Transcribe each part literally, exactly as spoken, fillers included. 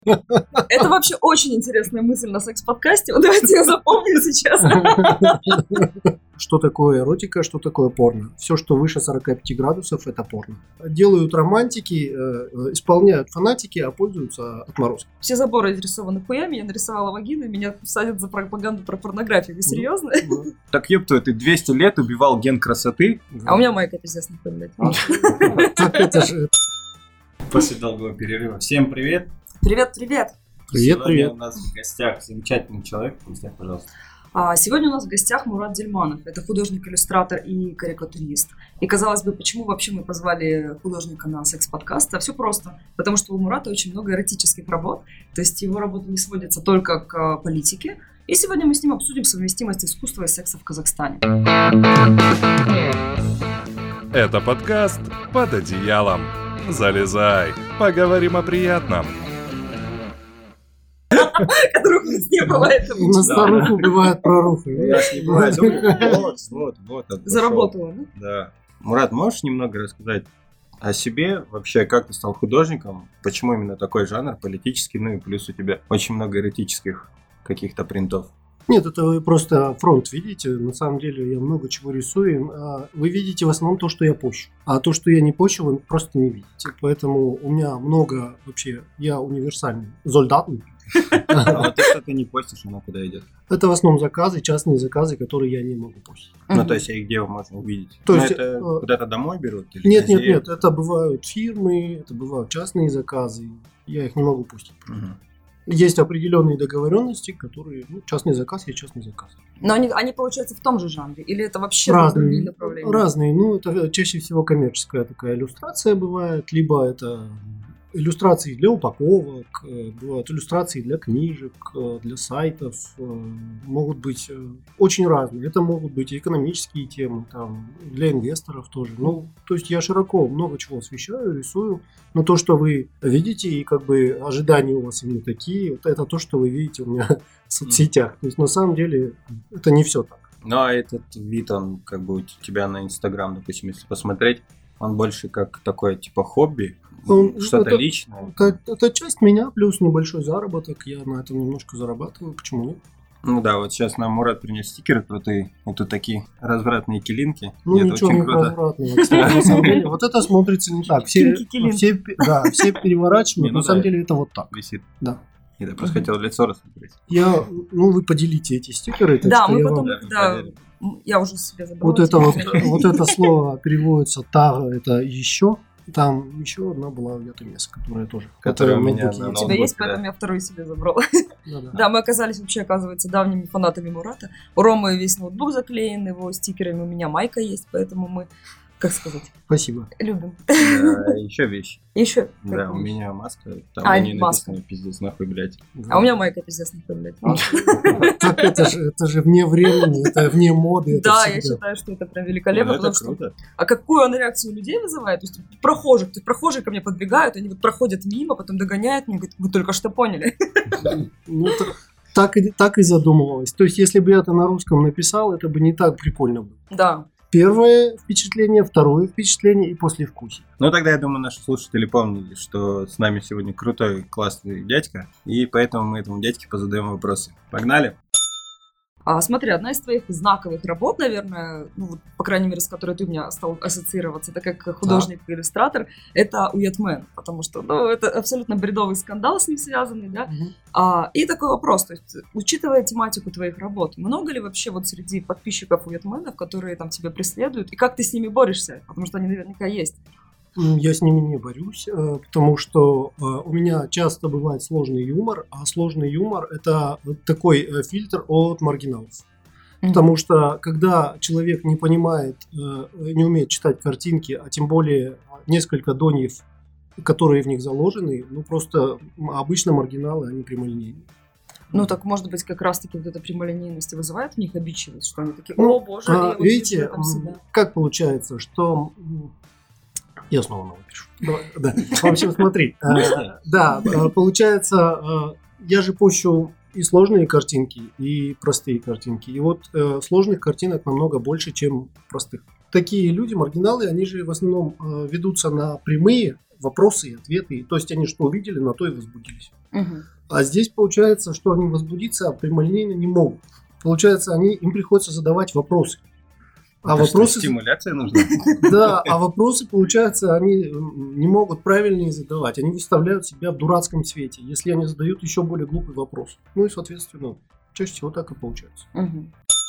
Это вообще очень интересная мысль на секс-подкасте. Вот давайте я запомню сейчас. Что такое эротика, что такое порно? Все, что выше сорок пять градусов, это порно. Делают романтики, э, исполняют фанатики, а пользуются отморозками. Все заборы изрисованы хуями, я нарисовала вагину, и меня садят за пропаганду про порнографию. Вы серьезно? Ну, так ёпта, ты двести лет убивал ген красоты. А у меня майка пиздец не появляется. Так это же... После долгого перерыва. Всем привет. Привет, привет. Привет, Сегодня привет. у нас в гостях замечательный человек. Представь, пожалуйста. А сегодня у нас в гостях Мурат Дельманов. Это художник-иллюстратор и карикатурист. И казалось бы, почему вообще мы позвали художника на секс-подкаст? А все просто. Потому что у Мурата очень много эротических работ. То есть его работа не сводится только к политике. И сегодня мы с ним обсудим совместимость искусства и секса в Казахстане. Это подкаст «Под одеялом». Залезай, поговорим о приятном. Которых не бывает. На старуху бывает проруха. Я ж не бывает. Вот, вот, вот. Заработала, да? Да. Мурат, можешь немного рассказать о себе? Вообще, как ты стал художником? Почему именно такой жанр политический? Ну и плюс у тебя очень много эротических каких-то принтов. Нет, это вы просто фронт видите. На самом деле я много чего рисую. А вы видите в основном то, что я пощу. А то, что я не пощу, вы просто не видите. Поэтому у меня много вообще... Я универсальный. Зольдатный. А вот то, что ты не постишь, оно куда идет? Это в основном заказы, частные заказы, которые я не могу постить. Ну, то есть, и где его можно увидеть? То Ну, есть, это э, куда-то домой берут? Или Нет, нет, газеты? нет. Это бывают фирмы, это бывают частные заказы. Я их не могу пустить. Мгм. Есть определенные договоренности, которые... Ну, частный заказ есть частный заказ. Но они, они, получается, в том же жанре? Или это вообще Разные, другие направления? разные. Ну, это чаще всего коммерческая такая иллюстрация бывает, либо это иллюстрации для упаковок, э, бывают иллюстрации для книжек, э, для сайтов, э, могут быть э, очень разные. Это могут быть и экономические темы, там, для инвесторов тоже. Ну, то есть я широко много чего освещаю, рисую, но то, что вы видите, и как бы ожидания у вас именно такие, это, это то, что вы видите у меня в соцсетях. То есть на самом деле это не все так. Ну, а этот вид, он как бы у тебя на Инстаграм, допустим, если посмотреть, он больше как такое, типа, хобби, Он- что-то это- личное. Это, это часть меня, плюс небольшой заработок. Я на этом немножко зарабатываю. Почему нет? Ну да, вот сейчас нам Мурат принес стикеры крутые, и тут такие развратные килинки. Ну, И это ничего очень не круто. развратного, кстати, на самом деле. Вот это смотрится не так. Все, Килинки-килинки. все, пе- да, все переворачивают, Не, ну на самом да. деле это вот так. Висит. Да. Я просто хотел лицо рассмотреть. Я, ну, вы поделите эти стикеры. так Да, что мы я потом, вам- вам- да, поверим. м, я уже себе забрала. Вот это вот, теперь. вот это слово переводится тага, это еще. Там еще одна была где-то место, которая тоже. Которая у в меня ноутбуке на У есть. тебя есть, ноутбуке, да. поэтому я вторую себе забрала. Да-да. Да, мы оказались вообще, оказывается, давними фанатами Мурата. У Ромы весь ноутбук заклеен его стикерами, у меня майка есть, поэтому мы, как сказать, Спасибо. любим. Да, еще вещи. Еще. Да, у меня маска, там А, на ней маска. написано пиздец нахуй, блядь. А у меня майка пиздец не блядь. Так это же, это же вне времени, это вне моды. это Да, я всегда. считаю, что это прям Ну, великолепно, это потому что... круто. А какую он реакцию у людей вызывает? То есть прохожих, то есть прохожие ко мне подбегают, они вот проходят мимо, потом догоняют меня, говорят, вы только что поняли. Ну, это- так, и, так и задумывалось. То есть, если бы я это на русском написал, это бы не так прикольно было. Да. Первое впечатление, второе впечатление и послевкусие. Ну, тогда, я думаю, наши слушатели помнили, что с нами сегодня крутой, классный дядька, и поэтому мы этому дядьке позадаем вопросы. Погнали? А, смотри, одна из твоих знаковых работ, наверное, ну, вот, по крайней мере, с которой ты у меня стал ассоциироваться, это как художник и иллюстратор, это Уятмен, потому что ну, это абсолютно бредовый скандал с ним связанный, да. А, и такой вопрос, то есть, учитывая тематику твоих работ, много ли вообще вот среди подписчиков Уятменов, которые там тебя преследуют, и как ты с ними борешься, потому что они наверняка есть. М, Я с ними не борюсь, э, потому что э, у меня часто бывает сложный юмор, а сложный юмор – это вот такой э, фильтр от маргиналов. Потому что когда человек не понимает, э, не умеет читать картинки, а тем более несколько доньев, которые в них заложены, ну просто м, обычно маргиналы, они прямолинейные. Ну, так, может быть, как раз-таки вот эта прямолинейность вызывает в них обидчивость, что они такие, Ну, о, боже, а, я вот вижу видите, там себя. м, как получается, что... м, Я снова новый пишу. Давай, да. В общем, смотри. э, Да, э, получается, э, я же пощу и сложные картинки, и простые картинки. И вот э, сложных картинок намного больше, чем простых. Такие люди, маргиналы, они же в основном э, ведутся на прямые вопросы и ответы. То есть они что увидели, на то и возбудились. Угу. А здесь получается, что они возбудиться прямолинейно не могут. Получается, они, им приходится задавать вопросы. А Это вопросы... что, стимуляция нужна? Да, а вопросы, получается, они не могут правильные задавать. Они выставляют себя в дурацком свете, если они задают еще более глупый вопрос. Ну и, соответственно, чаще всего так и получается. Угу.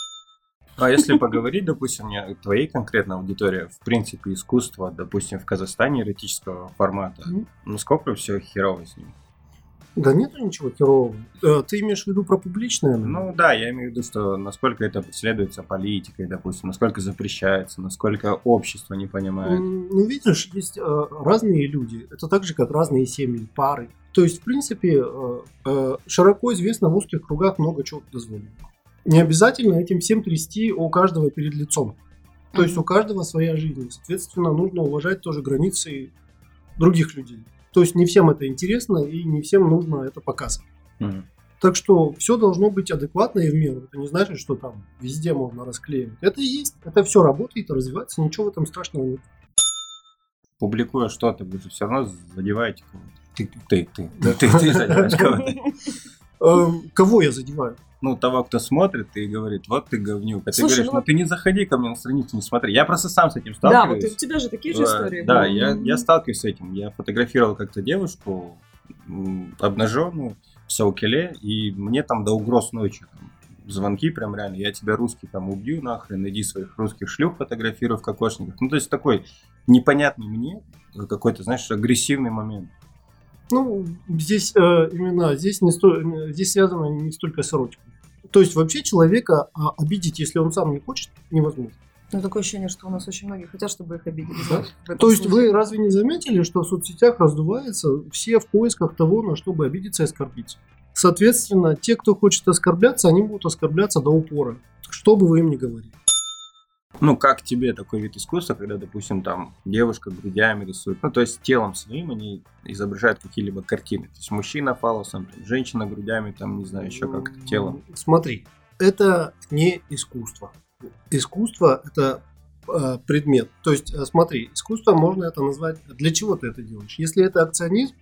А если поговорить, допустим, о твоей конкретной аудитории, в принципе, искусство, допустим, в Казахстане эротического формата, Мгм. насколько все херово с ним? Да нету ничего херового. Э, Ты имеешь в виду про публичное? Ну да, я имею в виду, что насколько это преследуется политикой, допустим, насколько запрещается, насколько общество не понимает. М, Ну, видишь, есть э, разные люди. Это так же, как разные семьи, пары. То есть, в принципе, э, э, широко известно в узких кругах много чего дозволено. Не обязательно этим всем трясти у каждого перед лицом. То есть Мгм. у каждого своя жизнь. Соответственно, нужно уважать тоже границы других людей. То есть не всем это интересно и не всем нужно это показывать. Мгм. Так что все должно быть адекватно и в меру. Это не значит, что там везде можно расклеивать. Это и есть. Это все работает и развивается. Ничего в этом страшного нет. Публикуя что-то, вы же все равно задеваете кого-то. Ты, ты, ты, ты, ты, ты задеваешь кого-то. Эм, Кого я задеваю? Ну, того, кто смотрит и говорит, вот ты говнюк. А ты Слушай, говоришь, ну ну вот- ты не заходи ко мне на страницу, не смотри. Я просто сам с этим Да, сталкиваюсь. вот у тебя же такие же Э, истории. Да, были. я, я сталкиваюсь с этим. Я фотографировал как-то девушку м, обнаженную в Саукеле, и мне там до угроз ночью там, звонки прям реально. Я тебя русский там убью нахрен, иди своих русских шлюх фотографируй в кокошниках. Ну, то есть такой непонятный мне какой-то, знаешь, агрессивный момент. Ну, здесь э, именно, здесь, не сто- здесь связано не столько с эротикой. То есть вообще человека а, обидеть, если он сам не хочет, невозможно. Ну, такое ощущение, что у нас очень многие хотят, чтобы их обидели. Да. знаешь, в этом То есть случае. вы разве не заметили, что в соцсетях раздувается все в поисках того, на чтобы обидеться и оскорбиться? Соответственно, те, кто хочет оскорбляться, они будут оскорбляться до упора, что бы вы им ни говорили. Ну, как тебе такой вид искусства, когда, допустим, там девушка грудями рисует, ну, то есть телом своим они изображают какие-либо картины. То есть мужчина фалосом, там, женщина грудями, там, не знаю, еще как-то телом. Смотри, это не искусство. Искусство – это э, предмет. То есть, э, смотри, искусство можно это назвать… Для чего ты это делаешь? Если это акционизм,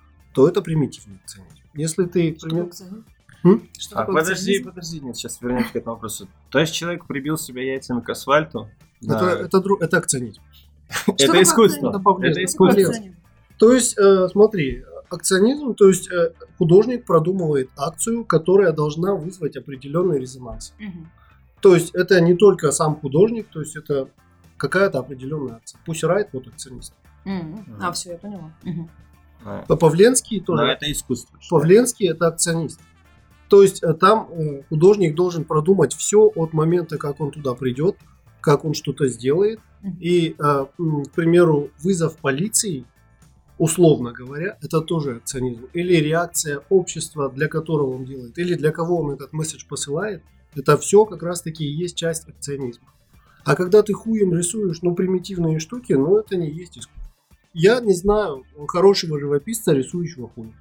то это примитивный акционизм. Если ты… Что пример- такое акционизм? М? Что А, такое подожди, акционизм? подожди, нет, сейчас вернемся к этому вопросу. То есть человек прибил себя яйцами к асфальту? Это, Да. это, дру- это акционизм. Что Это такое искусство. акционизм? Это Это Что такое искусство. акционизм? То есть, э, смотри, акционизм, то есть э, художник продумывает акцию, которая должна вызвать определенный резонанс. Мгм. То есть это не только сам художник, то есть это какая-то определенная акция. Пусть Райт вот акционист. Мгм. А, все, я поняла. Мгм. А, А Павленский Но тоже. это искусство. Павленский это акционист. То есть э, там э, художник должен продумать все от момента, как он туда придет, как он что-то сделает. Мгм. И, э, м, к примеру, вызов полиции, условно говоря, это тоже акционизм. Или реакция общества, для которого он делает, или для кого он этот месседж посылает. Это все как раз-таки и есть часть акционизма. А когда ты хуем рисуешь, ну, примитивные штуки, ну, это не есть искусство. Я не знаю хорошего живописца, рисующего хуем.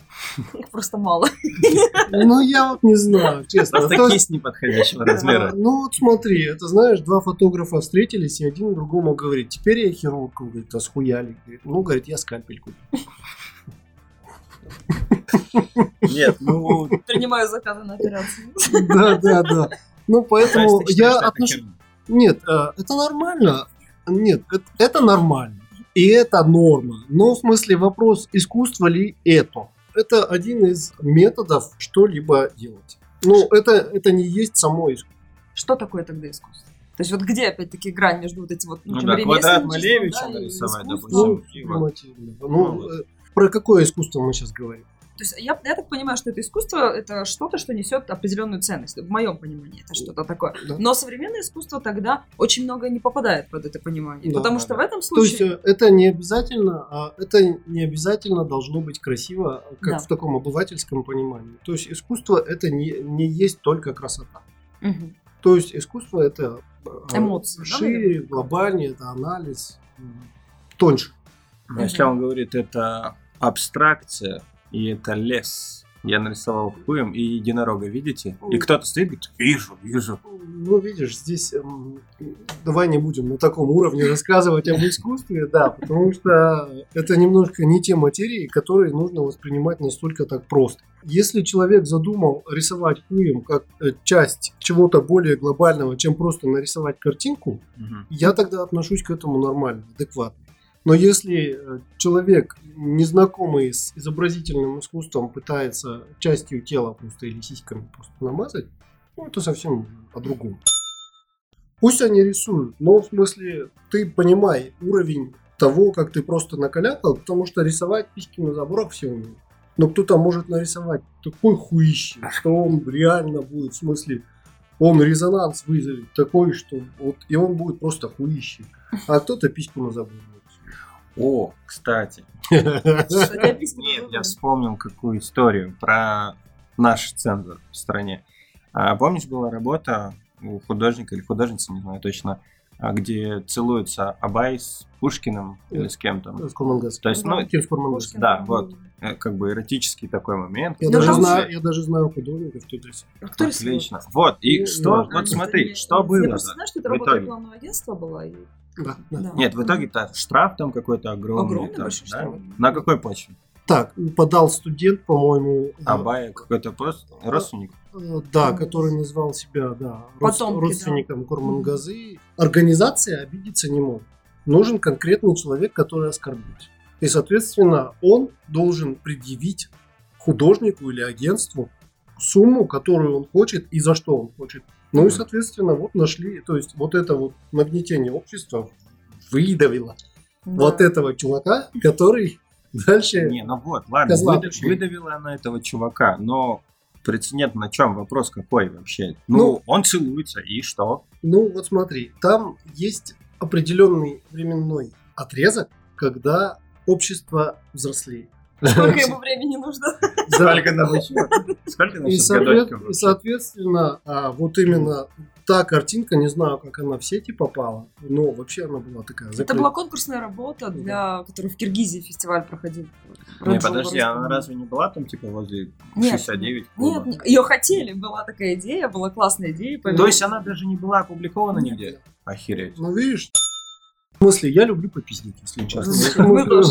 Их просто мало. Ну, я вот не знаю, честно. Просто То есть, кисть неподходящего а, размера. ну, вот смотри, это знаешь, два фотографа встретились, и один другому говорит, теперь я хирург, он говорит, а схуяли? Говорит, ну, говорит, я скальпель купил. Нет, ну... Принимаю заказы на операцию. Да, да, да. Ну, поэтому Настя считает, я что это отношусь... херня. Нет, э, это нормально. Нет, это, это нормально. И это норма. Но в смысле вопрос, искусство ли это? Это один из методов что-либо делать. Ну, это, это не есть само искусство. Что такое тогда искусство? То есть вот где опять-таки грань между вот этим вот Ну чем да, квадрат ремесленничеством, Малевича да, и нарисовать, искусством? допустим. Ну, и вот. сублимативно. Ну, э, про какое искусство мы сейчас говорим? То есть я, я так понимаю, что это искусство, это что-то, что несет определенную ценность. В моем понимании это что-то такое. Да. Но современное искусство тогда очень много не попадает под это понимание. Да, потому да, что да. в этом То есть случае... э, это не обязательно, а это не обязательно должно быть красиво, как Да. в таком обывательском понимании. То есть искусство это не, не есть только красота. Мгм. То есть искусство это э, Эмоции, да, шире, наверное? глобальнее, это анализ, м, тоньше. Но если он говорит, это абстракция, и это лес. Я нарисовал хуем и единорога, видите? И кто-то стоит и говорит, вижу, вижу. ну, видишь, здесь эм, давай не будем на таком уровне рассказывать об искусстве, да, потому что это немножко не те материи, которые нужно воспринимать настолько так просто. Если человек задумал рисовать хуем как э, часть чего-то более глобального, чем просто нарисовать картинку, Мгм. я тогда отношусь к этому нормально, адекватно. Но если э, человек, незнакомый с изобразительным искусством, пытается частью тела просто или сиськами просто намазать, ну, это совсем по-другому. Пусть они рисуют, но в смысле ты понимай уровень того, как ты просто накалякал, потому что рисовать письки на заборах все умеют. Но кто-то может нарисовать такой хуище, что он реально будет, в смысле, он резонанс вызовет такой, что вот и он будет просто хуище. А кто-то письку на заборе. О, кстати. Кстати, описки Нет, тоже. я вспомнил какую историю про наш цензор в стране. А, помнишь, была работа у художника или художницы, не знаю точно, а, где целуются Абай с Пушкиным или с кем там. С Курмангазом. То есть, ну, Кирс Курмангаз. Пушкин, да, ну, вот. э, как бы эротический такой момент. Я, Ну, даже там знаю, же- я даже знаю художников, кто это рисует. а кто рисовал? Отлично. Вот, и Ну, что, ладно. вот смотри, Я- что Я было просто знаю, что это в работа итоге? рекламного агентства была. и- Да, да. Да. Нет, в итоге-то штраф там какой-то огромный. Огромный там, большой да? штраф. На какой почве? Так, подал студент, по-моему, э, Абая какой-то просто родственник? э, да, который назвал себя да, род- Потомки, родственником Курмангазы. Организация обидеться не может. Нужен конкретный человек, который оскорбит. И, соответственно, он должен предъявить художнику или агентству сумму, которую он хочет и за что он хочет. Ну и, соответственно, вот нашли, то есть вот это вот нагнетение общества выдавило Да. вот этого чувака, который дальше... Не, ну вот, ладно, Козла выда- пошли. выдавила она этого чувака, но прецедент на чем? Вопрос какой вообще? Ну, Ну, он целуется, и что? Ну, вот смотри, там есть определенный временной отрезок, когда общество взрослеет. Сколько ему времени нужно? Сколько нам еще? Сколько нам И, сейчас соответ- годочков и, вообще? соответственно, а, вот именно та картинка, не знаю, как она в сети попала, но вообще она была такая Это закрыта. была конкурсная работа, для которой в Киргизии фестиваль проходил. Не, Раджова подожди, Рустама. она разве не была там, типа, возле Нет, шестьдесят девять? Нет, клуба? ее хотели, была такая идея, была классная идея. То есть она даже не была опубликована Нет. нигде? Охереть. Ну, видишь, в смысле, я люблю попиздить, если честно. Мы тоже.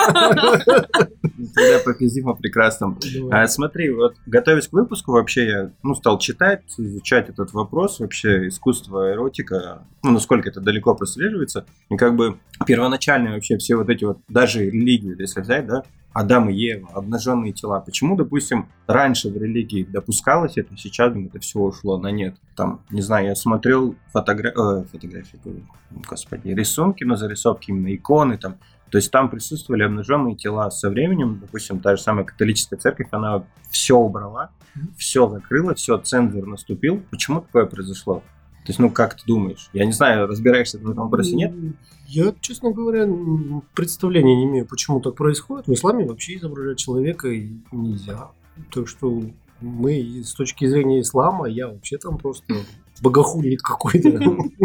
Тогда попиздим о прекрасном. Давай. А, смотри, вот готовясь к выпуску, вообще я ну, стал читать, изучать этот вопрос, вообще искусство, эротика, ну, насколько это далеко прослеживается. И как бы первоначальные вообще все вот эти вот, даже религии, если взять, да, Адам и Ева, обнаженные тела. Почему, допустим, раньше в религии допускалось это, сейчас это все ушло на нет? Там, не знаю, я смотрел фотогра... э, фотографии, господи, рисунки, но зарисовки именно иконы там. То есть там присутствовали обнаженные тела. Со временем, допустим, та же самая католическая церковь, она все убрала, все закрыла, все, цензур наступил. Почему такое произошло? То есть, ну, как ты думаешь? Я не знаю, разбираешься в этом вопросе, нет? Я, честно говоря, м, представления не имею, почему так происходит. В исламе вообще изображать человека и нельзя. Так что мы и с точки зрения ислама, я вообще там просто богохульник какой-то.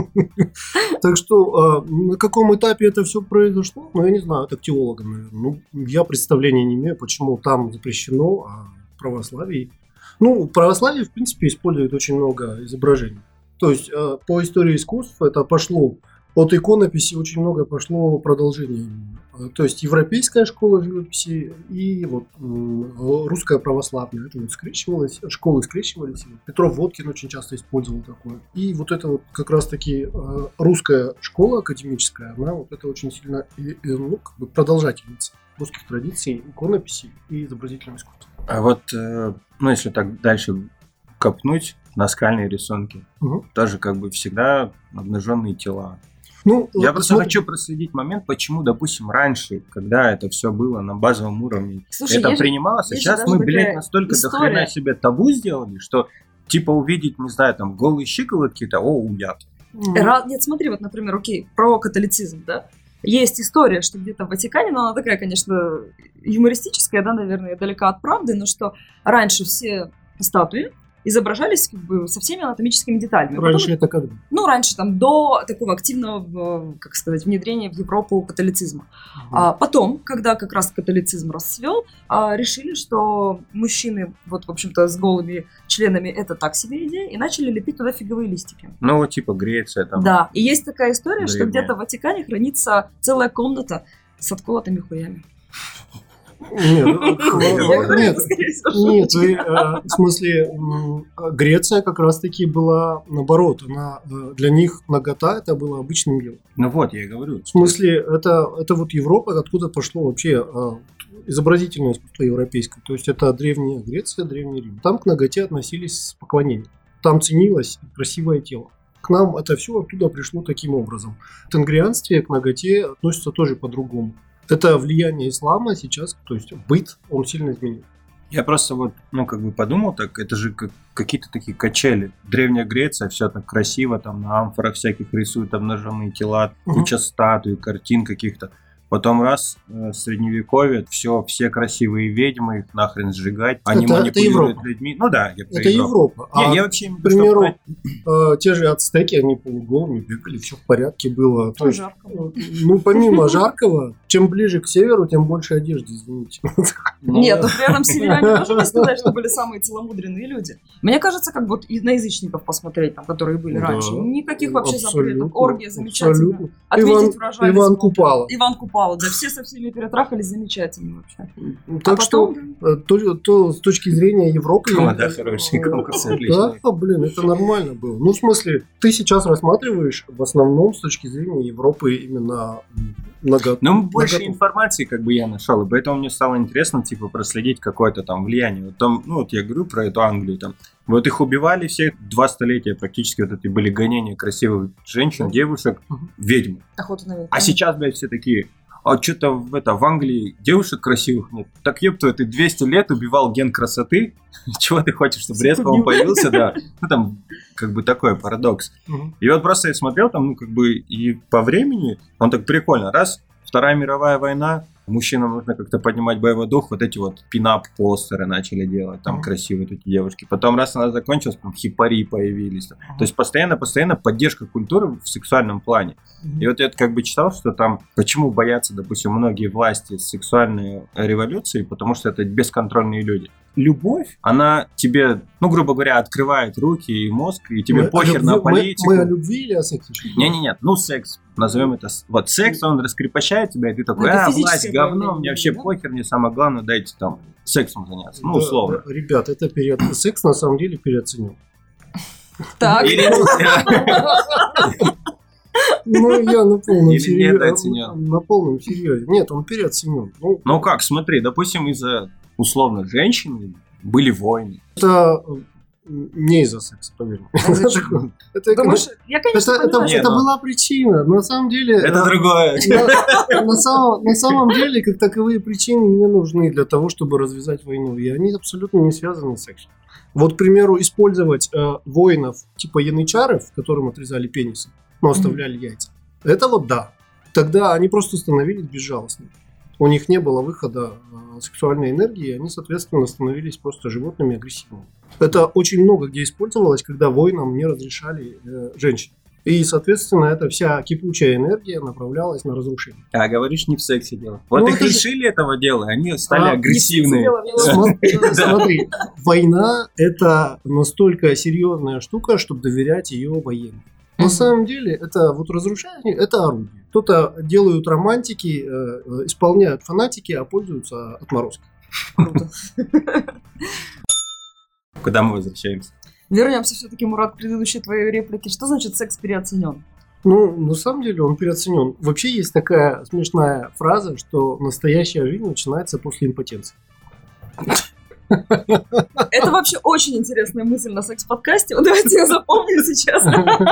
Так что на каком этапе это все произошло, ну, я не знаю, это к теологам, наверное. Ну, я представления не имею, почему там запрещено, а в православии... Ну, в православии, в принципе, используют очень много изображений. То есть э, по истории искусств это пошло от иконописи, очень много пошло продолжение. Э, То есть европейская школа живописи и вот м, русская православная. Это вот скрещивалось, школы скрещивались. Петров Водкин очень часто использовал такое. И вот это вот как раз-таки э, русская школа академическая, она вот это очень сильно и- и, ну, как бы продолжательница русских традиций, иконописи и изобразительного искусства. А вот, э, ну, если так дальше копнуть, наскальные рисунки. Мгм. Тоже как бы всегда обнаженные тела. Ну, Я вот просто смотри, хочу проследить момент, почему, допустим, раньше, когда это все было на базовом уровне, Слушай, это есть же- принималось, а есть же сейчас даже мы, такая блядь, настолько история. до хрена себе табу сделали, что типа увидеть, не знаю, там, голые щиколотки, то о, уят. м, Ра- Нет, смотри, вот, например, окей, про католицизм, да. Есть история, что где-то в Ватикане, но она такая, конечно, юмористическая, да, наверное, далека от правды, но что раньше все статуи изображались как бы со всеми анатомическими деталями. Раньше Потом, это когда? ну, раньше, там, до такого активного, как сказать, внедрения в Европу католицизма. Uh-huh. А потом, когда как раз католицизм расцвел, а, решили, что мужчины, вот, в общем-то, с голыми членами это так себе идея, и начали лепить туда фиговые листики. Ну, вот типа Греция там. Да, и есть такая история, древняя. что где-то в Ватикане хранится целая комната с отколотыми хуями. Нет, нет, нет, в смысле, Греция как раз-таки была наоборот, она для них нагота это было обычным делом. Ну вот, я и говорю. В смысле, это, это вот Европа, откуда пошло вообще изобразительное искусство европейское. То есть это древняя Греция, древний Рим. Там к наготе относились с поклонением. Там ценилось красивое тело. К нам это все оттуда пришло таким образом. В тенгрианстве к наготе относится тоже по-другому. Это влияние ислама сейчас, то есть быт, он сильно изменил. Я просто вот, ну, как бы подумал так, это же как, какие-то такие качели. Древняя Греция, все так красиво, там на амфорах всяких рисуют обнаженные тела, куча статуй, картин каких-то. Потом раз, э, средневековье, все, все красивые ведьмы, их нахрен сжигать, они это, манипулируют это людьми. Ну да, я про это Европа. Не, а, я вообще, к примеру, э, те же ацтеки, они полуголыми бегали, все в порядке было. То есть, жарко. Ну, помимо жаркого, чем ближе к северу, тем больше одежды, извините. Нет, но при этом северяне тоже не сказать, что были самые целомудренные люди. Мне кажется, как вот на язычников посмотреть, там, которые были раньше, никаких вообще запретов, оргия замечательно. Отметить урожай. Иван Купала. Иван Купала. Да, все со всеми перетрахались замечательно вообще. Так а что, потом... то, то с точки зрения Европы... О, да, хороший конкурс, отлично. Да, блин, это нормально было. Ну, в смысле, ты сейчас рассматриваешь в основном с точки зрения Европы именно много... Ну, больше много... информации как бы я нашел, и поэтому мне стало интересно, типа, проследить какое-то там влияние. Вот там, ну, вот я говорю про эту Англию, там, вот их убивали всех, два столетия практически, вот эти были гонения красивых женщин, девушек, ведьм. Охота на ведьм. А сейчас, блядь, все такие... А что-то в, это, в Англии девушек красивых нет. Так, ёпта, ты двести лет убивал ген красоты. Чего ты хочешь, чтобы резко он появился? Да. Ну, там, как бы такой парадокс. Угу. И вот просто я смотрел, там, ну, как бы, и по времени он так прикольно. Раз, Вторая мировая война, мужчинам нужно как-то поднимать боевой дух, вот эти вот пинап-постеры начали делать, там, mm-hmm. красивые такие девушки. Потом, раз она закончилась, там, хипари появились. Mm-hmm. То есть, постоянно-постоянно поддержка культуры в сексуальном плане. Mm-hmm. И вот я как бы читал, что там, почему боятся, допустим, многие власти сексуальной революции, потому что это бесконтрольные люди. Любовь, она тебе, ну, грубо говоря, открывает руки и мозг, и тебе мы похер на политику. Мы, мы о любви или о сексе? Не-не-не, ну, секс, назовем это. Вот секс, он раскрепощает тебя, и ты такой, а, власть, говно, мне вообще да? похер, мне самое главное, дайте там сексом заняться. Ну, да, условно. Да, ребят, это пере... секс на самом деле переоценен. Так. Ну, я на полном Или серьезе. недооценен. На полном серьезе. Нет, он переоценен. Ну, ну как, смотри, допустим, из-за условно женщин были войны. Это не из-за секса, поверь мне. Это, Думаешь, я, конечно, это, это, это была причина. На самом деле... Это другое. На, на, самом, на самом деле, как таковые причины не нужны для того, чтобы развязать войну. И они абсолютно не связаны с сексом. Вот, к примеру, использовать э, воинов типа янычаров, которым отрезали пенисы, но оставляли mm-hmm. яйца. Это вот да. Тогда они просто становились безжалостными. У них не было выхода э, сексуальной энергии, и они, соответственно, становились просто животными агрессивными. Это очень много где использовалось, когда воинам не разрешали э, женщин. И, соответственно, эта вся кипучая энергия направлялась на разрушение. А говоришь, не в сексе дело. Вот ну, их лишили же... этого дела, они стали а, агрессивные. Смотри, война – это настолько серьезная штука, чтобы доверять ее военным. На самом деле, это вот разрушение, это орудие. Кто-то делают романтики, э, исполняют фанатики, а пользуются отморозкой. Круто. Куда мы возвращаемся? Вернемся все-таки, Мурат, к предыдущей твоей реплике. Что значит секс переоценен? Ну, на самом деле он переоценен. Вообще есть такая смешная фраза, что настоящая жизнь начинается после импотенции. Это вообще очень интересная мысль на секс-подкасте. Вот давайте я запомню сейчас.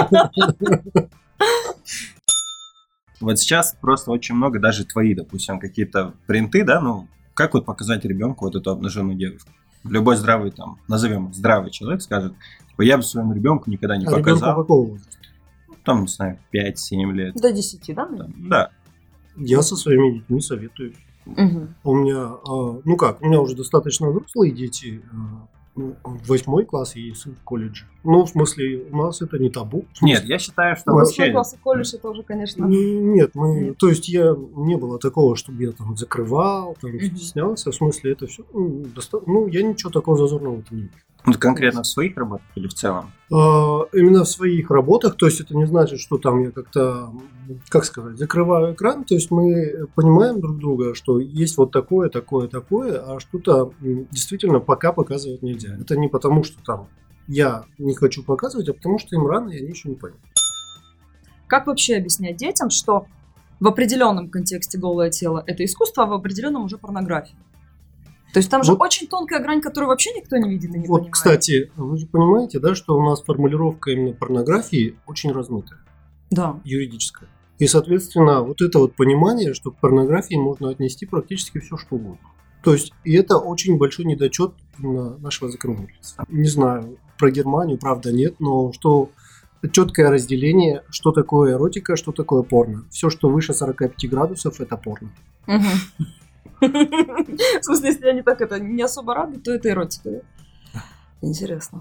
Вот сейчас просто очень много, даже твои, допустим, какие-то принты, да, ну, как вот показать ребенку вот эту обнаженную девушку? Любой здравый, там, назовем здравый человек скажет, типа, я бы своему ребенку никогда не а показал. Ребенку какого возраста? Там, не знаю, пять-семь лет. До десяти, да? Там, да. Я со своими детьми советую. Угу. У меня, ну как, у меня уже достаточно взрослые дети, Восьмой класс и сын в колледже. Ну, в смысле, у нас это не табу. Нет, я считаю, что Восьмой вообще... класс и колледж это уже, конечно... Нет, мы... Нет. То есть я... Не было такого, чтобы я там закрывал, там Мгм. стеснялся. В смысле, это все... Ну, доста- ну, я ничего такого зазорного в этом не вижу. Ну, конкретно в своих работах или в целом? А, именно в своих работах, то есть это не значит, что там я как-то, как сказать, закрываю экран, то есть мы понимаем друг друга, что есть вот такое, такое, такое, а что-то м, действительно пока показывать нельзя. Это не потому, что там я не хочу показывать, а потому что им рано, и они еще не поняли. Как вообще объяснять детям, что в определенном контексте голое тело это искусство, а в определенном уже порнография? То есть там же Вот. очень тонкая грань, которую вообще никто не видит и не Вот, понимает. кстати, вы же понимаете, да, что у нас формулировка именно порнографии очень размытая, Да. юридическая. И, соответственно, вот это вот понимание, что к порнографии можно отнести практически все, что угодно. То есть, и это очень большой недочет именно нашего законодательства. Не знаю, про Германию, правда, нет, но что четкое разделение, что такое эротика, что такое порно. Все, что выше сорока пяти градусов, это порно. Мгм. В смысле, если они так это не особо рады, то это эротика, да? Интересно.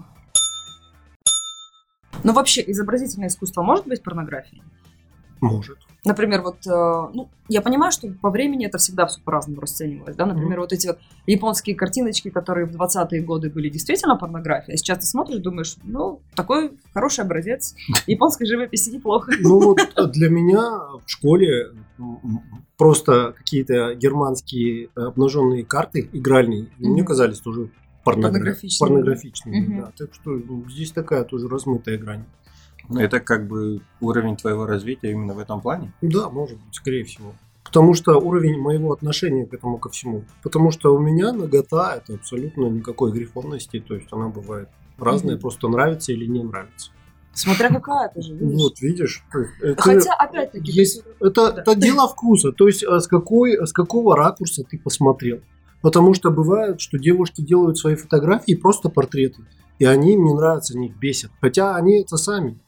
Но вообще изобразительное искусство может быть порнографией? Может. Например, вот, э, ну, я понимаю, что по времени это всегда все по-разному расценивалось, да, например, Мгм. вот эти вот японские картиночки, которые в двадцатые годы были действительно порнографией, а сейчас ты смотришь, думаешь, ну, такой хороший образец японской живописи, неплохо. Ну вот для меня в школе м, просто какие-то германские обнаженные карты игральные мне Мгм. казались тоже порногра- Порнографичными. порнографичными. Мгм. Да. Так что ну, здесь такая тоже размытая грань. Ну, это как бы уровень твоего развития именно в этом плане? Да, может быть, скорее всего. Потому что уровень моего отношения к этому ко всему. Потому что у меня нагота это абсолютно никакой греховности. То есть она бывает разная, Мгм. просто нравится или не нравится. Смотря какая ты же, видишь? Вот, видишь? то есть это- Хотя, опять-таки, Есть, это, Да. это дело вкуса, то есть а с, какой, с какого ракурса ты посмотрел. Потому что бывает, что девушки делают свои фотографии просто портреты, и они им не нравятся, они их бесят. Хотя они это сами.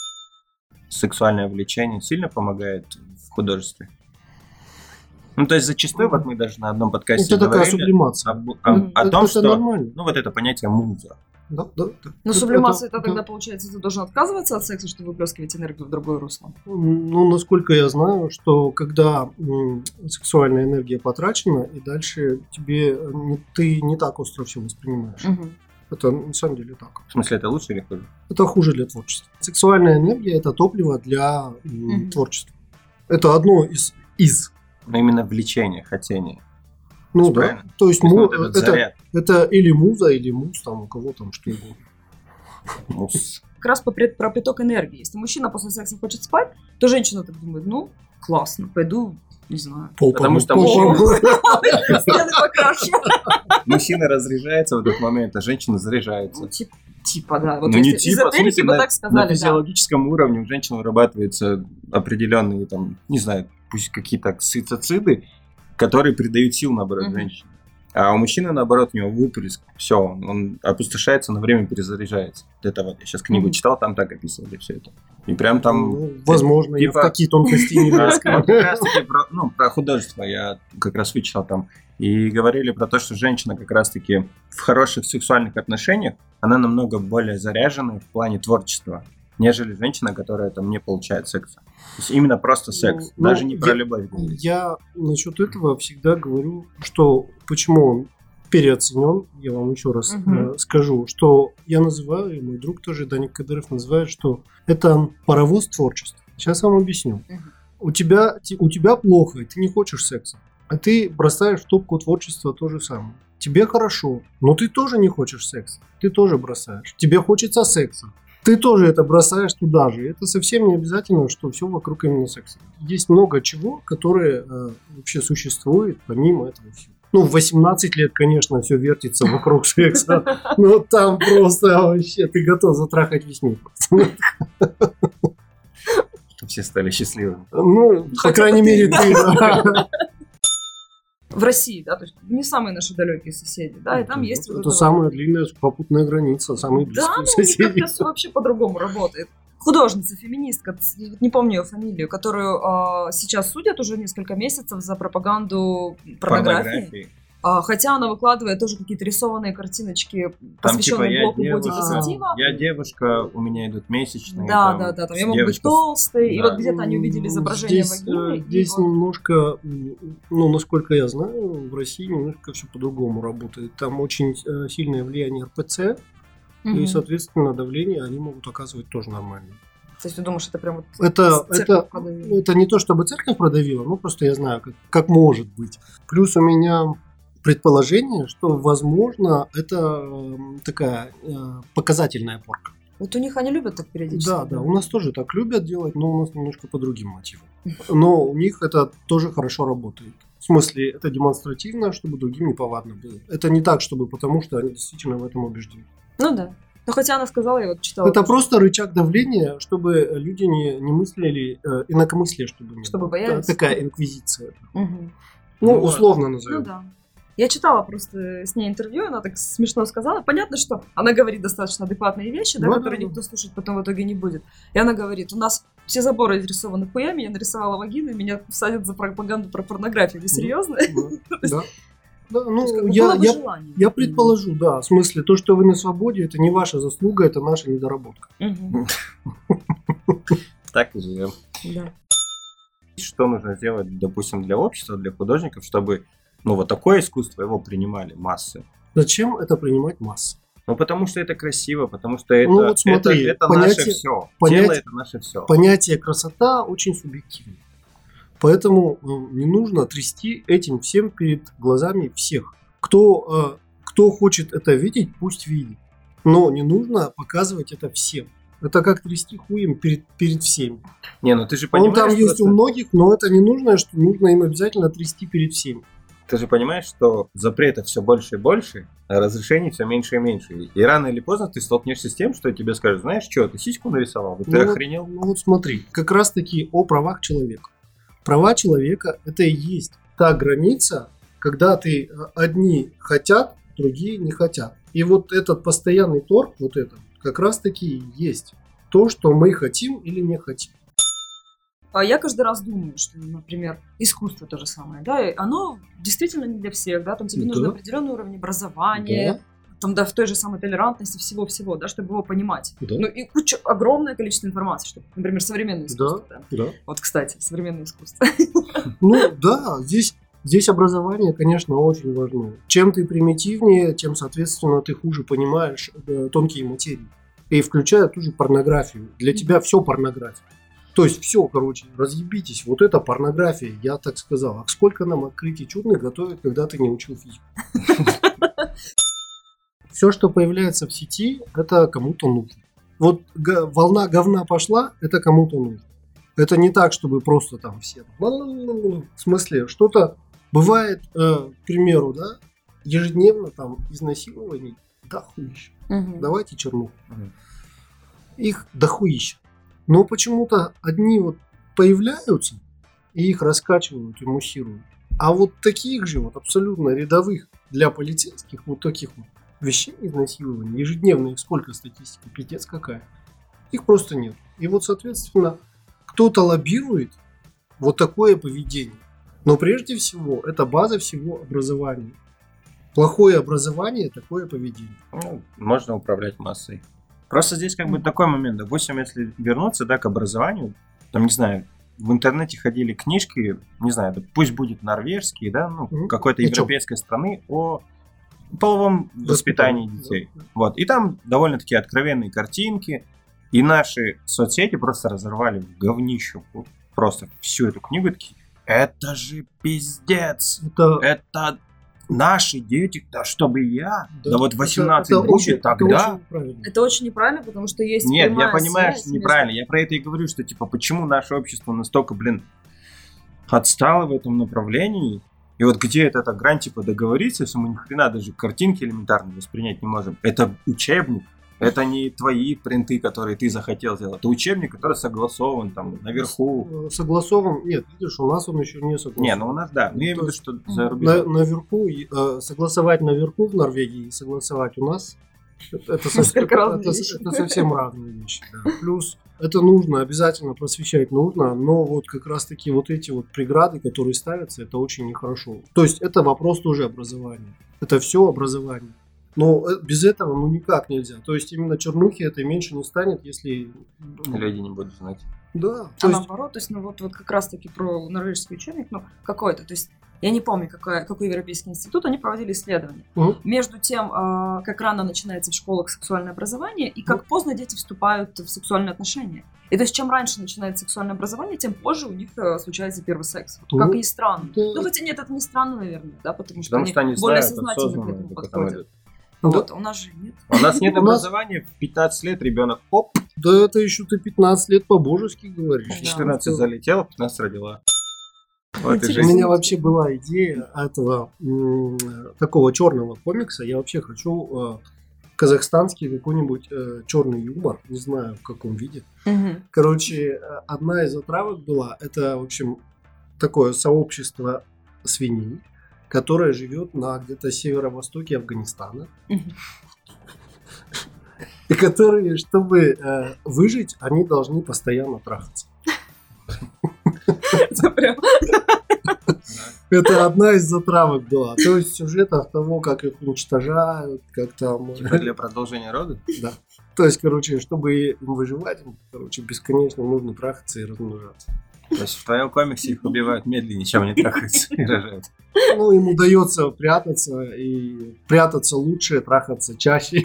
Сексуальное влечение сильно помогает в художестве? Ну, то есть зачастую, вот мы даже на одном подкасте Это такая говорили сублимация. об- о, Мгм. о это, том, это что, нормально. ну, вот это понятие муза. Да, да, да. Ну, Это- сублимация, это, это- тогда, получается, ты должен отказываться от секса, чтобы выплескивать энергию в другое русло. Ну, насколько я знаю, что когда м, сексуальная энергия потрачена, и дальше тебе не- ты не так остро все воспринимаешь. Это на самом деле так. В смысле, это лучше или хуже? Это хуже для творчества. Сексуальная энергия – это топливо для м, Мгм. творчества. Это одно из. из. Но именно влечение, хотение. Ну Есть да. правильно? То есть То есть, му- вот этот это, заряд. это или муза, или муз, там у кого там что угодно. Муз. Как раз по пред- про приток энергии. Если мужчина после секса хочет спать, то женщина так думает, ну, классно, пойду, не знаю. Пол Потому помыть, что пол мужчина- помыть. Стены покрашу. Мужчина разряжается в этот момент, а женщина заряжается. Ну, тип- Типа, да. Вот Ну, не если типа, в эзотерики смысле, бы на, так на сказали, да. физиологическом уровне у женщин вырабатываются определенные, там, не знаю, пусть какие-то цитоциды, которые придают сил, наоборот, Мгм. женщине. А у мужчины, наоборот, у него выплеск. Все, он опустошается, на время перезаряжается. Вот это вот. Я сейчас книгу Мгм. читал, там так описывали все это. И прям там... Ну, возможно, я типа- в такие тонкости не А, лез. вот как раз таки про, ну, про художество я как раз вычитал там. И говорили про то, что женщина как раз таки в хороших сексуальных отношениях, она намного более заряжена в плане творчества, нежели женщина, которая там не получает секса. То есть именно просто секс, Ну, даже ну, не про я- любовь говорить. Я насчет этого всегда говорю, что почему он переоценен, я вам еще раз Мгм. э, скажу, что я называю, и мой друг тоже, Даник Кадыров, называет, что это паровоз творчества. Сейчас вам объясню. Мгм. У тебя, ти- у тебя плохо, и ты не хочешь секса, а ты бросаешь в топку творчества то же самое. Тебе хорошо, но ты тоже не хочешь секса, ты тоже бросаешь. Тебе хочется секса, ты тоже это бросаешь туда же. Это совсем не обязательно, что все вокруг именно секса. Есть много чего, которое э, вообще существует помимо этого всего. Ну, в восемнадцать лет, конечно, все вертится вокруг секса, но там просто вообще ты готов затрахать весь мир. Что все стали счастливыми. Ну, по Хотя крайней бы мере, ты. ты. да. В России, да, то есть не самые наши далекие соседи, да, и там есть... вот Это вот самая длинная сухопутная граница, самые Да, близкие ну, у них соседи. как-то все вообще по-другому работает. Художница, феминистка, ц- не помню ее фамилию, которую а, сейчас судят уже несколько месяцев за пропаганду порнографии. А, хотя она выкладывает тоже какие-то рисованные картиночки, посвященные типа, блоку бодипозитива. Я девушка, у меня идут месячные. Да, там, да, да, там я могу быть девочка... толстой, и Да. вот где-то они увидели изображение здесь, вагины. Здесь и вот... немножко, ну, насколько я знаю, в России немножко все по-другому работает. Там очень сильное влияние эр пэ цэ, Мгм. и, соответственно, давление они могут оказывать тоже нормально. То есть ты думаешь, это прям вот Это, церковь это, продавила? это не то, чтобы церковь продавила, ну, просто я знаю, как, как может быть. Плюс у меня предположение, что, возможно, это м, такая э, показательная порка. Вот у них они любят так периодически. Да, да, у нас тоже так любят делать, но у нас немножко по другим мотивам. Но у них это тоже хорошо работает. В смысле, это демонстративно, чтобы другим неповадно было. Это не так, чтобы потому что они действительно в этом убеждены. Ну да. Ну хотя она сказала, я вот читала. Это просто рычаг давления, чтобы люди не, не мыслили, э, инакомыслие, чтобы не Чтобы было. боялись. Та- Такая инквизиция. Мгм. Ну, Ну, условно Ну назовем. да. Я читала просто с ней интервью, она так смешно сказала. Понятно, что она говорит достаточно адекватные вещи, да, Да, которые да, да. никто слушать потом в итоге не будет. И она говорит, у нас все заборы изрисованы хуями, я нарисовала вагину, и меня садят за пропаганду про порнографию. Вы серьезно? Да, да. Да, То есть, как ну, бы, я, было бы я, желание. я предположу, да, в смысле, то, что вы на свободе, это не ваша заслуга, это наша недоработка. Мгм. Так и живем. Да. Что нужно сделать, допустим, для общества, для художников, чтобы, ну, вот такое искусство его принимали массы? Зачем это принимать массы? Ну, потому что это красиво, потому что это, Ну, вот смотри, это, это понятие- наше все. понятие- Тело это наше все. Понятие красота очень субъективно. Поэтому э, не нужно трясти этим всем перед глазами всех. Кто, э, кто хочет это видеть, пусть видит. Но не нужно показывать это всем. Это как трясти хуем перед, перед всеми. Не, ну ты же Он понимаешь, там есть просто- у многих, но это не нужно, что нужно им обязательно трясти перед всеми. ты же понимаешь, что запретов все больше и больше, а разрешений все меньше и меньше. И рано или поздно ты столкнешься с тем, что тебе скажут, знаешь что, ты сиську нарисовал, да ты Ну вот- охренел? Ну вот смотри, как раз таки о правах человека. Права человека — это и есть та граница, когда ты э, одни хотят, другие не хотят. И вот этот постоянный торг, вот это, как раз таки и есть то, что мы хотим или не хотим. А я каждый раз думаю, что, например, искусство то же самое, да, и оно действительно не для всех, да, там тебе Да. нужен определенный уровень образования, Да. там, да, в той же самой толерантности, всего-всего, да, чтобы его понимать. Да. Ну, и куча, огромное количество информации, чтобы, например, современное искусство, да. Да. Вот, кстати, современное искусство. Ну да, здесь, здесь образование, конечно, очень важно. Чем ты примитивнее, тем, соответственно, ты хуже понимаешь э, тонкие материи. И включая ту же порнографию. Для тебя все порнография. То есть все, короче, разъебитесь. Вот это порнография, я так сказал. А сколько нам открытий чудных готовят, когда ты не учил физику? Все, что появляется в сети, это кому-то нужно. Вот г- волна говна пошла, это кому-то нужно. Это не так, чтобы просто там все. В смысле, что-то бывает, э, к примеру, да, ежедневно там изнасилований дохуища. Давайте чернуху. Мгм. Их дохуища. Но почему-то одни вот появляются и их раскачивают и муссируют. А вот таких же вот абсолютно рядовых для полицейских вот таких вот вещей изнасилований, ежедневно их сколько статистики, пиздец какая. Их просто нет. И вот, соответственно, кто-то лоббирует вот такое поведение. Но прежде всего, это база всего образования. Плохое образование – такое поведение. Ну, можно управлять массой. Просто здесь как бы такой момент. Допустим, если вернуться, да, к образованию, там, не знаю, в интернете ходили книжки, не знаю, да, пусть будет норвежские, да, ну, Мгм. какой-то О чём? европейской страны о половом воспитании детей. Вот. И там довольно-таки откровенные картинки. И наши соцсети просто разорвали в говнищу вот просто всю эту книгу. Такие, это же пиздец! Это, Это наши дети, да чтобы я, да, вот это- восемнадцать это будет, очень- это тогда... очень правильно. Это очень неправильно, потому что есть Нет, прямая я понимаю, связь что между- неправильно. Я про это и говорю, что типа почему наше общество настолько, блин, отстало в этом направлении. И вот где эта, эта грань типа договориться, если мы ни хрена даже картинки элементарно воспринять не можем. Это учебник. Это не твои принты, которые ты захотел сделать. Это учебник, который согласован там наверху. Э, Согласован. Нет, видишь, у нас он еще не согласован. Не, ну у нас да. Ну я имею в виду, что за На- рубежом. наверху, и, э, согласовать наверху в Норвегии и согласовать у нас Это, это, совсем, это, это, это совсем разные вещи. Да. Плюс это нужно, обязательно просвещать нужно, но вот как раз таки вот эти вот преграды, которые ставятся, это очень нехорошо. То есть это вопрос тоже образования. Это все образование. Но без этого ну никак нельзя. То есть именно чернухи это меньше не станет, если... Люди не будут знать. Да. А есть... наоборот, то есть, ну вот, вот как раз-таки про норвежский учебник, ну какой-то, то есть я не помню, какой, какой европейский институт, они проводили исследования. Угу. Между тем, э, как рано начинается в школах сексуальное образование и как угу. поздно дети вступают в сексуальные отношения. И то есть, чем раньше начинается сексуальное образование, тем позже у них э, случается первый секс. Вот, как угу. ни странно. Да. Ну, хотя нет, это не странно, наверное, да, потому что Потому они, что они более знают, сознательно к этому подходят. идут. Вот, у нас же нет. У нас нет У нас- образования, в пятнадцать лет ребенок, оп, Да это еще ты пятнадцать лет по-божески говоришь. Да. четырнадцать залетела, пятнадцать родила. Вот и У Интересно. жизнь. меня вообще была идея этого м, такого черного комикса. Я вообще хочу э, казахстанский какой-нибудь э, черный юмор, не знаю в каком виде. Мгм. Короче, э, одна из отравок была, это, в общем, такое сообщество свиней, которое живет на где-то северо-востоке Афганистана. Мгм. И которые, чтобы э, выжить, они должны постоянно трахаться. Это прям... Это одна из затравок была. То есть сюжетов того, как их уничтожают, как там... Типа для продолжения рода? Да. То есть, короче, чтобы им выживать, им, короче, бесконечно нужно трахаться и размножаться. То есть в твоем комиксе их убивают медленнее, чем они трахаются и рожают. Ну, им удается прятаться, и прятаться лучше, трахаться чаще.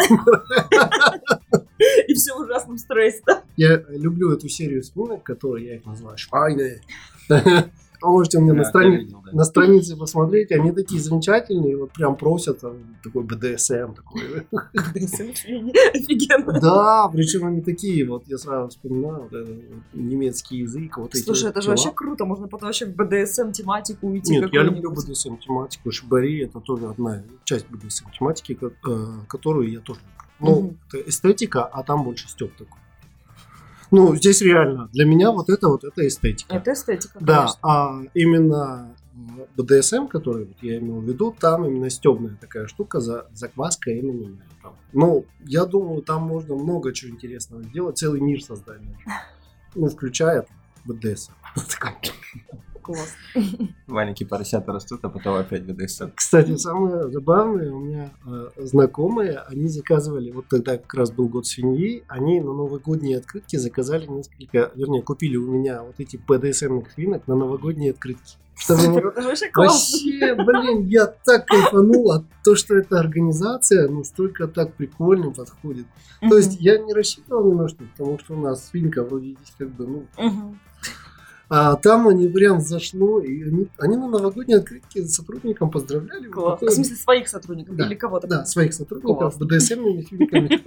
И все в ужасном стрессе, да? Я люблю эту серию свинок, которые я их называю швайны. Можете у меня на Да, страни- я видел, да. на странице посмотреть, они такие замечательные, вот прям просят там, такой бэ дэ эс эм такой. Офигенно. Да, причем они такие, вот я сразу вспоминаю, вот этот вот немецкий язык, вот эти Слушай, вот это же дела. вообще круто, можно потом вообще в бэ дэ эс эм тематику уйти. Нет, я люблю какую-нибудь. бэ дэ эс эм тематику, шибари это тоже одна часть бэ дэ эс эм тематики, ко- э, которую я тоже люблю. Ну, Мгм. это эстетика, а там больше стёб такой. Ну, здесь реально, для меня вот это вот это эстетика. Это эстетика, Да, конечно. а именно бэ дэ эс эм, который вот я имел в виду, там именно стебная такая штука, за, закваска именно. Там. Ну, я думаю, там можно много чего интересного сделать, целый мир создать. можно. Ну, включая бэ дэ эс эм. Класс. Маленькие поросята растут, а потом опять бэ дэ эс эм. Кстати, самое забавное, у меня э, знакомые, они заказывали, вот тогда как раз был год свиньи, они на новогодние открытки заказали несколько, вернее, купили у меня вот эти бэ дэ эс эм-ных свинок на новогодние открытки. Чтобы Супер, это же вообще классно. Вообще, блин, я так кайфанул от того, что эта организация, ну, столько так прикольно подходит. То есть я не рассчитывал ни на что, потому что у нас свинка вроде здесь как бы, ну... Мгм. А там они прям зашло, и они, они на новогодние открытки с сотрудникам поздравляли. Вот Класс. такое- В смысле, своих сотрудников Да, или кого-то? Да, своих сотрудников Класс. с бэ дэ эс эм-ными свинками.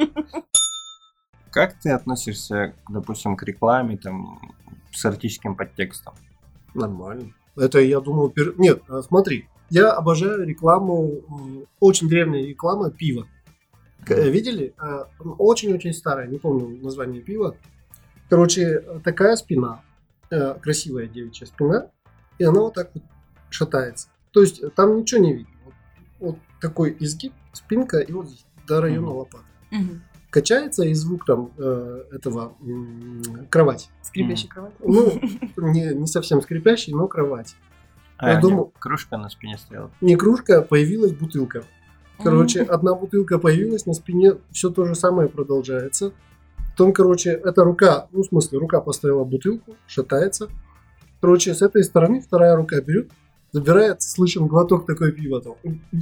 Как ты относишься, допустим, к рекламе там, с эротическим подтекстом? Нормально. Это, я думаю, пер... нет, а, смотри, я обожаю рекламу, м, очень древняя реклама пива. К- э, Видели? А, м, Очень-очень старая, не помню название пива. Короче, э, такая спина, э, красивая девичья спина, и она вот так вот шатается. То есть э, там ничего не видно. Вот, вот такой изгиб, спинка, и вот здесь до района Мгм. лопаты. Мгм. Качается, и звук там э, этого м, кровати. Скрипящий кровать. Ну, не, не совсем скрипящий, но кровать. А, Я у думаю- него кружка на спине стояла. Не кружка, появилась бутылка. Короче, одна бутылка появилась, на спине все то же самое продолжается. Потом, короче, эта рука, ну, в смысле, рука поставила бутылку, шатается. Короче, с этой стороны вторая рука берет, забирает, слышим глоток такой пива. Там.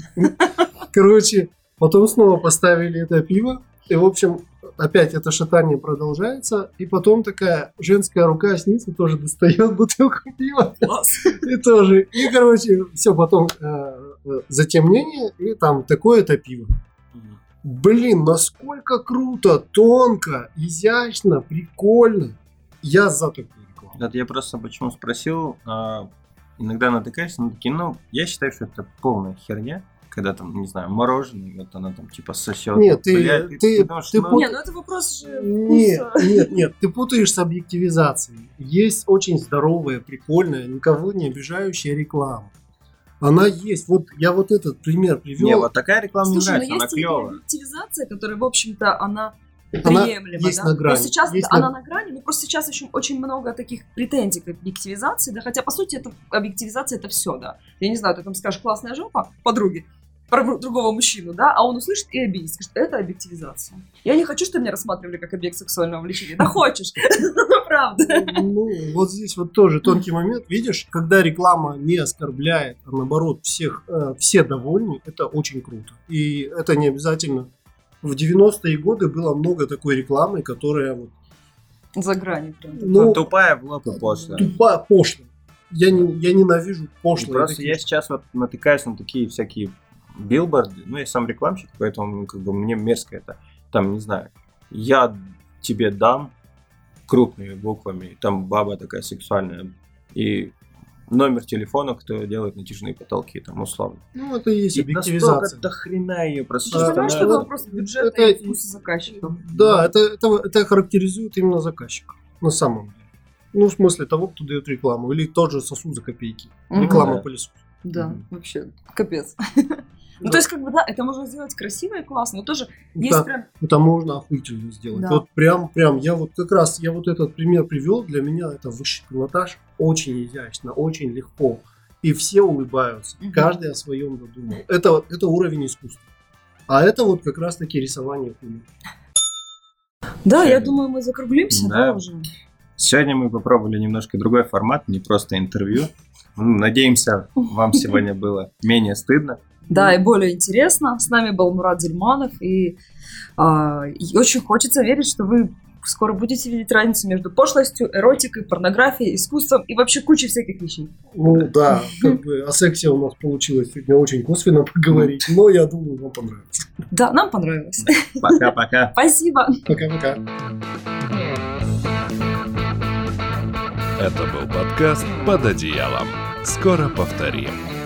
Короче, потом снова поставили это пиво. И, в общем, опять это шатание продолжается. И потом такая женская рука снизу тоже достает бутылку пива. Класс. И тоже. И, короче, все, потом э, э, затемнение, и там такое-то пиво. Блин, насколько круто, тонко, изящно, прикольно. Я за такую рекламу. Вот я просто почему спросил, а, иногда натыкаешься на такие, ну, я считаю, что это полная херня, когда там, не знаю, мороженое, вот она там типа сосет. Нет, ты- Блядь, ты- думаешь, ты ну, пут- Не, ну это вопрос же Нет, вкуса. нет, нет, ты путаешь с объективизацией. Есть очень здоровая, прикольная, никого не обижающая реклама. Она есть. Вот я вот этот пример привел. Не, вот такая реклама Слушай, мне но нравится, она есть и клевая. объективизация, которая, в общем-то, она Она приемлема, есть да? на грани. Но сейчас Есть она на- на грани, но просто сейчас еще очень много таких претензий к объективизации, да, хотя, по сути, это объективизация это все, да. Я не знаю, ты там скажешь классная жопа подруги про другого мужчину, да, а он услышит и обидится, скажет, это объективизация. Я не хочу, чтобы меня рассматривали как объект сексуального влечения. Да хочешь, правда. Ну, вот здесь вот тоже тонкий момент. Видишь, когда реклама не оскорбляет, а наоборот всех, э, все довольны, это очень круто. И это не обязательно. В девяностые годы было много такой рекламы, которая вот, За гранью прям. ну, Тупая в лоб и пошлая. тупая, пошлая. Я, не, я ненавижу И пошлые. Просто такие я сейчас вот натыкаюсь на такие всякие билборды. Ну, я сам рекламщик, поэтому как бы мне мерзко это. Там, не знаю, я тебе дам крупными буквами, там баба такая сексуальная, и номер телефона, кто делает натяжные потолки, там, условно. Ну, это и есть И объективизация. настолько до хрена ее просто Ты же понимаешь, что это- это вопрос бюджета это- и вкуса заказчика. Да, это, это, это характеризует именно заказчика. На самом деле. Ну, в смысле того, кто дает рекламу. Или тот же сосуд за копейки. Мгм. Реклама Да. пылесос. Да, Мгм. вообще, капец. Ну, Да. то есть, как бы, да, это можно сделать красиво и классно, но тоже есть Да. прям... Это можно охуительно сделать. Да. Вот прям, прям, я вот как раз, я вот этот пример привел, для меня это высший пилотаж, очень изящно, очень легко. И все улыбаются, Мгм. каждый о своем додумал. Это, вот- это уровень искусства. А это вот как раз таки рисование хуйни. Да, я Всё. думаю, мы закруглимся, да, Да. уже? Сегодня мы попробовали немножко другой формат, не просто интервью. Ну, надеемся, вам сегодня было менее стыдно. Да, и более интересно. С нами был Мурат Зельманов, и, а, и очень хочется верить, что вы скоро будете видеть разницу между пошлостью, эротикой, порнографией, искусством и вообще кучей всяких вещей. Ну да, как бы о сексе у нас получилось сегодня очень косвенно поговорить, но я думаю, вам понравится. Да, нам понравилось. Пока-пока. Спасибо. Пока-пока. Это был подкаст «Под одеялом». Скоро повторим.